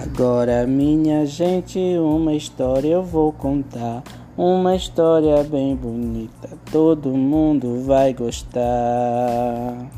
Agora, minha gente, uma história eu vou contar. Uma história bem bonita, todo mundo vai gostar.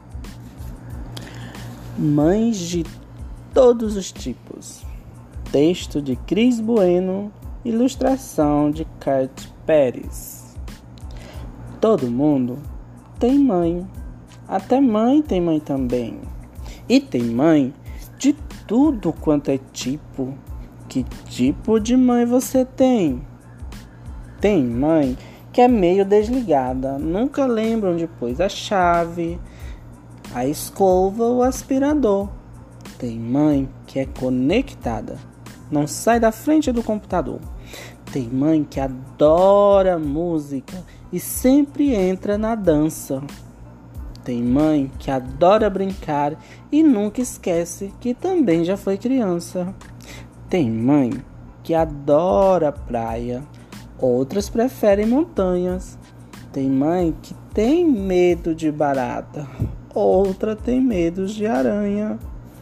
Mães de todos os tipos. Texto de Cris Bueno, ilustração de Kurt Pérez. Todo mundo tem mãe. Até mãe tem mãe também. E tem mãe de tudo quanto é tipo. Que tipo de mãe você tem? Tem mãe que é meio desligada, nunca lembra onde pôs a chave, a escova ou o aspirador. Tem mãe que é conectada, não sai da frente do computador. Tem mãe que adora música e sempre entra na dança. Tem mãe que adora brincar e nunca esquece que também já foi criança. Tem mãe que adora praia, outras preferem montanhas. Tem mãe que tem medo de barata, outra tem medo de aranha.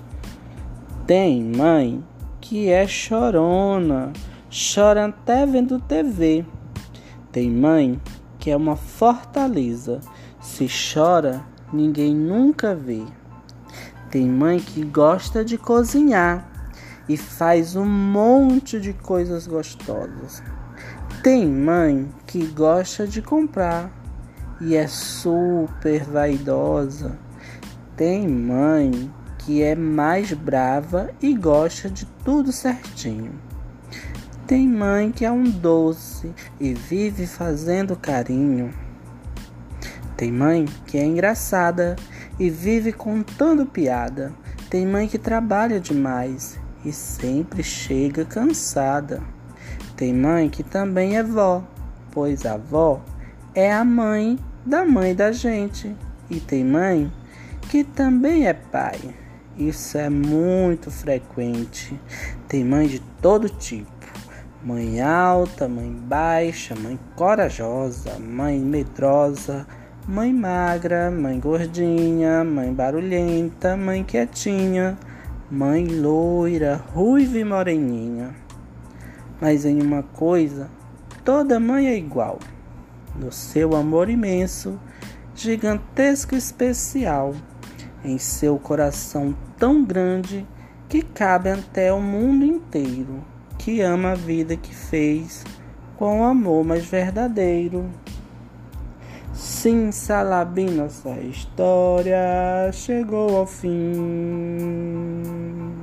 Tem mãe que é chorona, chora até vendo TV. Tem mãe que é uma fortaleza, se chora, ninguém nunca vê. Tem mãe que gosta de cozinhar e faz um monte de coisas gostosas. Tem mãe que gosta de comprar e é super vaidosa. Tem mãe que é mais brava e gosta de tudo certinho. Tem mãe que é um doce e vive fazendo carinho. Tem mãe que é engraçada e vive contando piada. Tem mãe que trabalha demais e sempre chega cansada. Tem mãe que também é vó, pois a avó é a mãe da gente. E tem mãe que também é pai. Isso é muito frequente. Tem mãe de todo tipo. Mãe alta, mãe baixa, mãe corajosa, mãe medrosa, mãe magra, mãe gordinha, mãe barulhenta, mãe quietinha, mãe loira, ruiva e moreninha. Mas em uma coisa, toda mãe é igual. No seu amor imenso, gigantesco e especial. Em seu coração tão grande que cabe até o mundo inteiro. Que ama a vida que fez com o amor mais verdadeiro. Sim, Salabim, nossa história chegou ao fim.